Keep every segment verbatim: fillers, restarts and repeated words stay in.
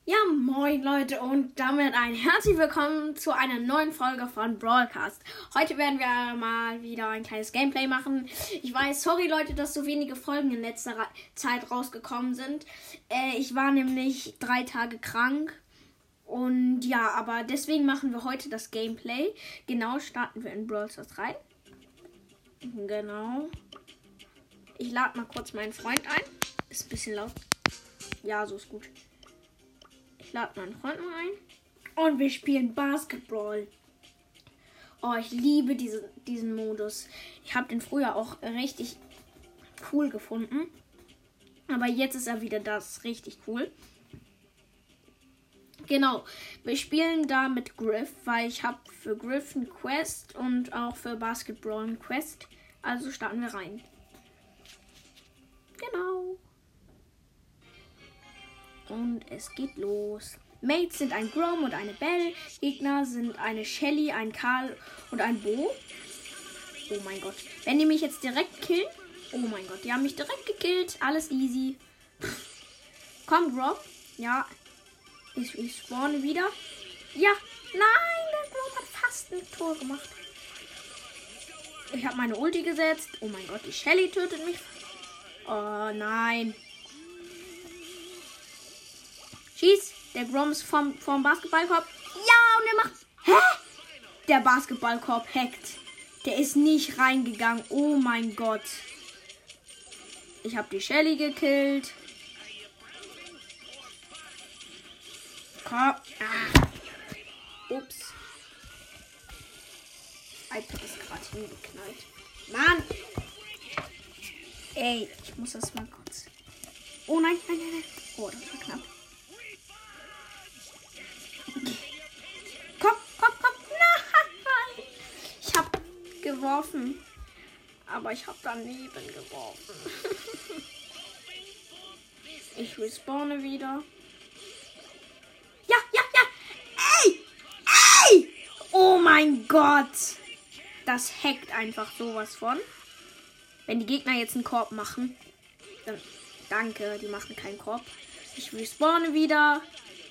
Ja, moin Leute und damit ein herzlich willkommen zu einer neuen Folge von Brawlcast. Heute werden wir mal wieder ein kleines Gameplay machen. Ich weiß, sorry Leute, dass so wenige Folgen in letzter Zeit rausgekommen sind. Äh, ich war nämlich drei Tage krank. Und ja, aber deswegen machen wir heute das Gameplay. Genau, starten wir in Brawl Stars rein. Genau. Ich lade mal kurz meinen Freund ein. Ist ein bisschen laut. Ja, so ist gut. Ich lade meinen Freund mal ein. Und wir spielen Basketball. Oh, ich liebe diese, diesen Modus. Ich habe den früher auch richtig cool gefunden. Aber jetzt ist er wieder das. Richtig cool. Genau. Wir spielen da mit Griff, weil ich habe für Griff eine Quest und auch für Basketball eine Quest. Also starten wir rein. Genau. Und es geht los. Mates sind ein Grom und eine Belle. Gegner sind eine Shelly, ein Karl und ein Bo. Oh mein Gott. Wenn die mich jetzt direkt killen. Oh mein Gott, die haben mich direkt gekillt. Alles easy. Komm, Grom. Ja. Ich, ich spawne wieder. Ja. Nein, der Grom hat fast ein Tor gemacht. Ich habe meine Ulti gesetzt. Oh mein Gott, die Shelly tötet mich. Oh nein. Schieß. Der Grom ist vom, vom Basketballkorb. Ja, und er macht... Hä? Der Basketballkorb hackt. Der ist nicht reingegangen. Oh mein Gott. Ich habe die Shelly gekillt. Komm. Ah. Ups. iPad ist gerade hingeknallt. Mann. Ey, ich muss das mal kurz... Oh nein, nein, nein, nein. Oh, das war knapp. Komm, komm, komm. Nein. Ich hab geworfen. Aber ich hab daneben geworfen. Ich respawne wieder. Ja, ja, ja. Ey! Ey! Oh mein Gott. Das hackt einfach sowas von. Wenn die Gegner jetzt einen Korb machen, dann danke, die machen keinen Korb. Ich respawne wieder.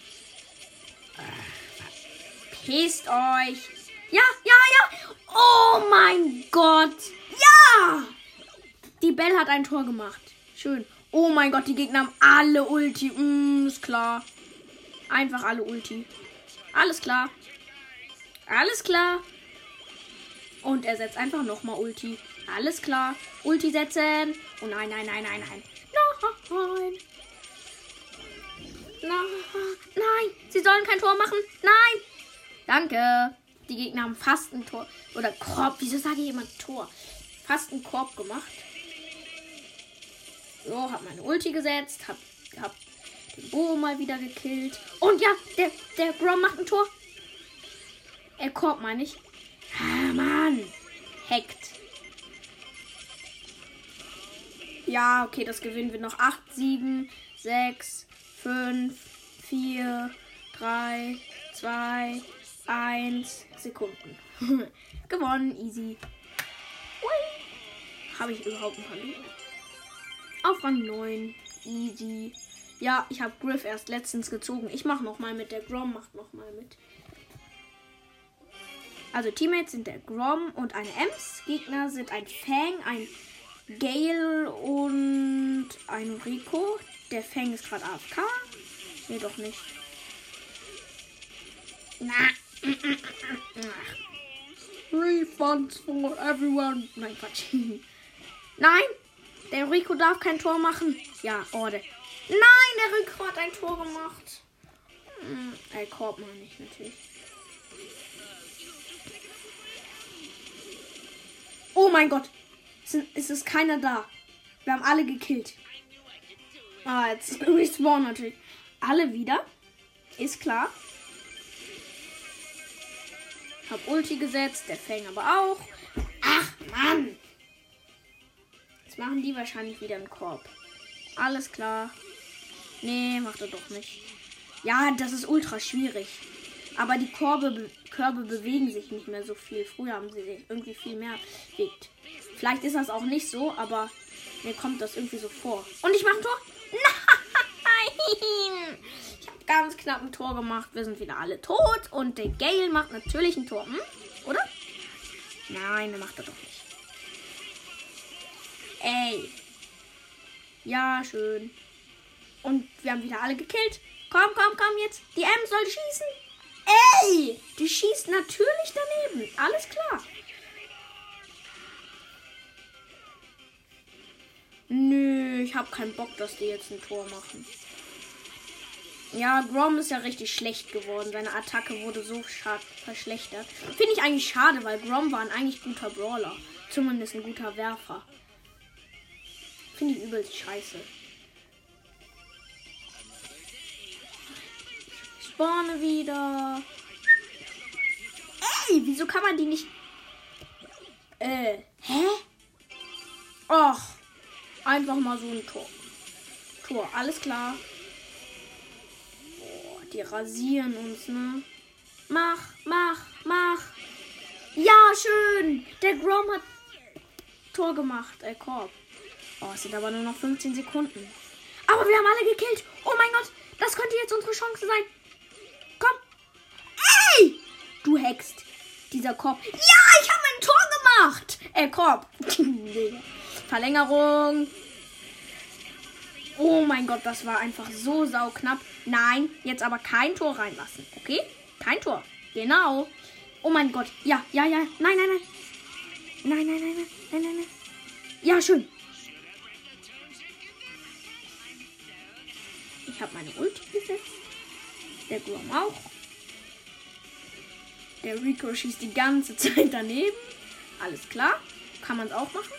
Pisst euch. Ja, ja, ja. Oh mein Gott. Ja. Die Belle hat ein Tor gemacht. Schön. Oh mein Gott, die Gegner haben alle Ulti. Mm, ist klar. Einfach alle Ulti. Alles klar. Alles klar. Und er setzt einfach nochmal Ulti. Alles klar. Ulti setzen. Oh nein, nein, nein, nein, nein. Nein. Nein. Nein. Sie sollen kein Tor machen. Nein. Danke. Die Gegner haben fast ein Tor. Oder Korb. Wieso sage ich immer Tor? Fast einen Korb gemacht. So, hab meine Ulti gesetzt. Hab, hab den Bo mal wieder gekillt. Und ja, der, der Grom macht ein Tor. Er Korb, meine ich. Ah, Mann. Hackt. Ja, okay, das gewinnen wir noch. acht, sieben, sechs, fünf, vier, drei, zwei, eins Sekunden. Gewonnen, easy. Habe ich überhaupt ein paar Leben? Auf Rang neun, easy. Ja, ich habe Griff erst letztens gezogen. Ich mache nochmal mit. Der Grom macht nochmal mit. Also Teammates sind der Grom und eine Ems. Gegner sind ein Fang, ein Gale und ein Rico. Der Fang ist gerade A F K. Nee, doch nicht. Na. Refunds for everyone. Nein, Quatsch. Nein, der Rico darf kein Tor machen. Ja, Orde. Nein, der Rico hat ein Tor gemacht. Hm, äh, Korb mal nicht, natürlich. Oh mein Gott. Es ist keiner da. Wir haben alle gekillt. Ah, jetzt respawn natürlich. Alle wieder. Ist klar. Hab Ulti gesetzt. Der Fang aber auch. Ach, Mann. Jetzt machen die wahrscheinlich wieder einen Korb. Alles klar. Nee, macht er doch nicht. Ja, das ist ultra schwierig. Aber die Korbe, Körbe bewegen sich nicht mehr so viel. Früher haben sie sich irgendwie viel mehr bewegt. Vielleicht ist das auch nicht so, aber mir kommt das irgendwie so vor. Und ich mache ein Tor. Nein! Ich habe ganz knapp ein Tor gemacht. Wir sind wieder alle tot. Und der Gale macht natürlich ein Tor. Hm? Oder? Nein, der macht er doch nicht. Ey. Ja, schön. Und wir haben wieder alle gekillt. Komm, komm, komm jetzt. Die M soll schießen. Ey, die schießt natürlich daneben. Alles klar. Nö, ich habe keinen Bock, dass die jetzt ein Tor machen. Ja, Grom ist ja richtig schlecht geworden. Seine Attacke wurde so schad verschlechtert. Finde ich eigentlich schade, weil Grom war ein eigentlich guter Brawler. Zumindest ein guter Werfer. Finde ich übelst scheiße. Ich spawne wieder. Ey, wieso kann man die nicht... Äh, hä? Och. Einfach mal so ein Tor. Tor, alles klar. Boah, die rasieren uns, ne? Mach, mach, mach. Ja, schön. Der Grom hat Tor gemacht, äh, Korb. Oh, es sind aber nur noch fünfzehn Sekunden. Aber wir haben alle gekillt. Oh mein Gott, das könnte jetzt unsere Chance sein. Komm. Ey! Du hackst. Dieser Korb. Ja, ich habe ein Tor gemacht. Äh, Korb. Verlängerung. Oh mein Gott, das war einfach so sauknapp. Nein, jetzt aber kein Tor reinlassen. Okay? Kein Tor. Genau. Oh mein Gott. Ja, ja, ja. Nein, nein, nein. Nein, nein, nein, nein, nein, nein, nein. Ja, schön. Ich habe meine Ulti gesetzt. Der Grom auch. Der Rico schießt die ganze Zeit daneben. Alles klar. Kann man es auch machen.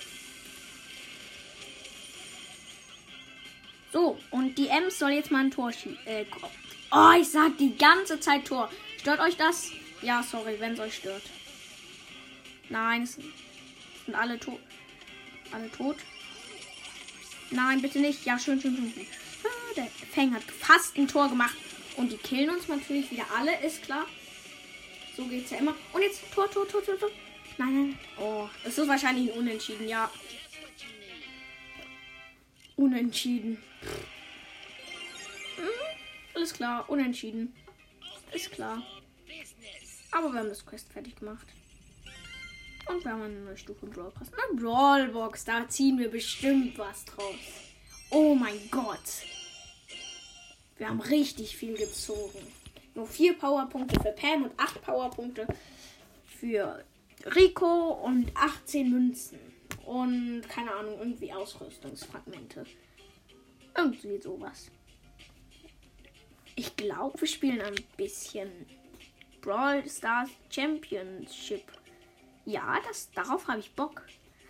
So, und die Ems soll jetzt mal ein Tor schießen. Äh, oh, ich sag die ganze Zeit Tor. Stört euch das? Ja, sorry, wenn es euch stört. Nein, es sind alle tot. Alle tot. Nein, bitte nicht. Ja, schön, schön, schön. schön. Ah, der Fang hat fast ein Tor gemacht. Und die killen uns natürlich wieder alle, ist klar. So geht's ja immer. Und jetzt Tor, Tor, Tor, Tor, Tor. Nein, nein. Oh, es ist wahrscheinlich ein Unentschieden, ja. Unentschieden. Mhm, alles klar, unentschieden. Ist klar. Aber wir haben das Quest fertig gemacht. Und wir haben eine neue Stufe im Brawl Pass. Eine Brawlbox, da ziehen wir bestimmt was draus. Oh mein Gott. Wir haben richtig viel gezogen. Nur vier Powerpunkte für Pam und acht Powerpunkte für Rico und achtzehn Münzen. Und keine Ahnung, irgendwie Ausrüstungsfragmente. Irgendwie sowas. Ich glaube, wir spielen ein bisschen Brawl Stars Championship. Ja, das, darauf habe ich Bock.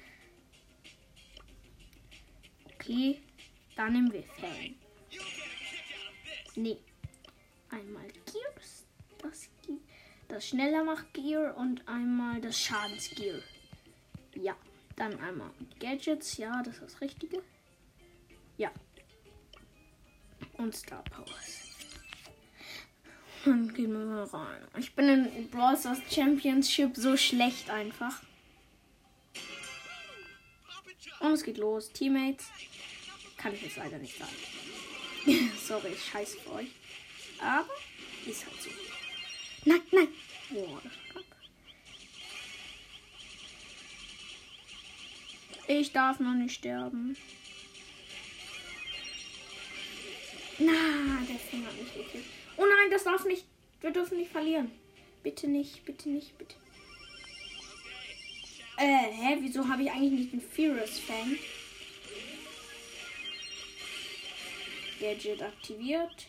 Okay, dann nehmen wir Fang. Nee. Einmal Gears, das, das schneller macht Gear und einmal das Schadensgear. Ja, dann einmal Gadgets, ja, das ist das Richtige. Ja. Und Star Powers. Dann gehen wir mal rein. Ich bin in Brawl Stars Championship so schlecht einfach. Und es geht los. Teammates. Kann ich jetzt leider nicht sagen. Sorry, ich scheiße für euch. Aber ist halt so. Nein, nein. Boah, das war knapp. Ich darf noch nicht sterben. Na, der Finger hat mich gekillt. Oh nein, das darf nicht. Wir dürfen nicht verlieren. Bitte nicht, bitte nicht, bitte. Äh, hä? Wieso habe ich eigentlich nicht den Furious Fang? Gadget aktiviert.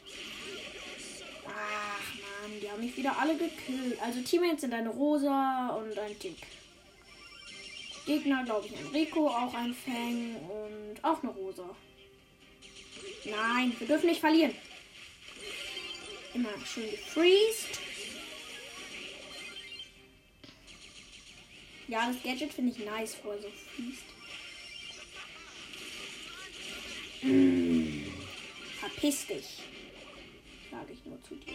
Ach man, die haben mich wieder alle gekillt. Also Teammates sind eine Rosa und ein Tick. Gegner, glaube ich, ein Rico, auch ein Fang und auch eine Rosa. Nein, wir dürfen nicht verlieren. Immer schön gefreezed. Ja, das Gadget finde ich nice, wo er so fließt. Mm. Verpiss dich. Sage ich nur zu dir.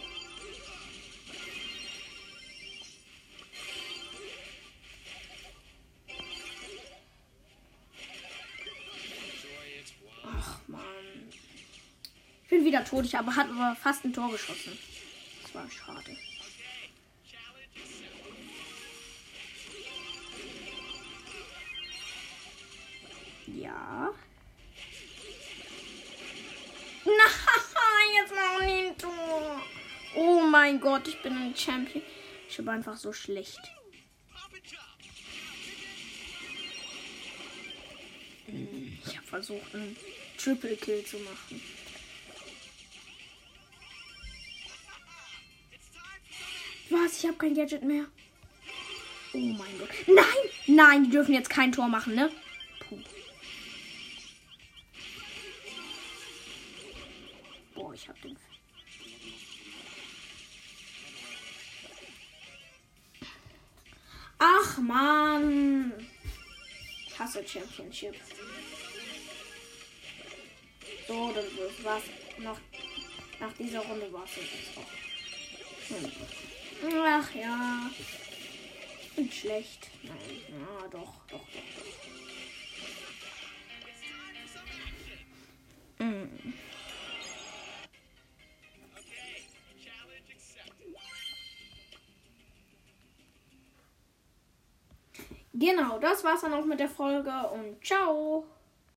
Ach man. Ich bin wieder tot. Ich habe hat aber fast ein Tor geschossen. Das war schade. Ja. Nein, jetzt noch nie ein Tor. Oh mein Gott, ich bin ein Champion. Ich bin einfach so schlecht. Ich habe versucht, einen Triple Kill zu machen. Was? Ich habe kein Gadget mehr. Oh mein Gott. Nein! Nein, die dürfen jetzt kein Tor machen, ne? Puh. Boah, ich hab den... Ach, Mann. Ich hasse Championship. So, das war's. Nach, nach dieser Runde war es jetzt auch. Hm. Ach ja. Ich bin schlecht. Nein, ja, doch, doch, doch, doch. Hm. Genau, das war's dann auch mit der Folge und ciao.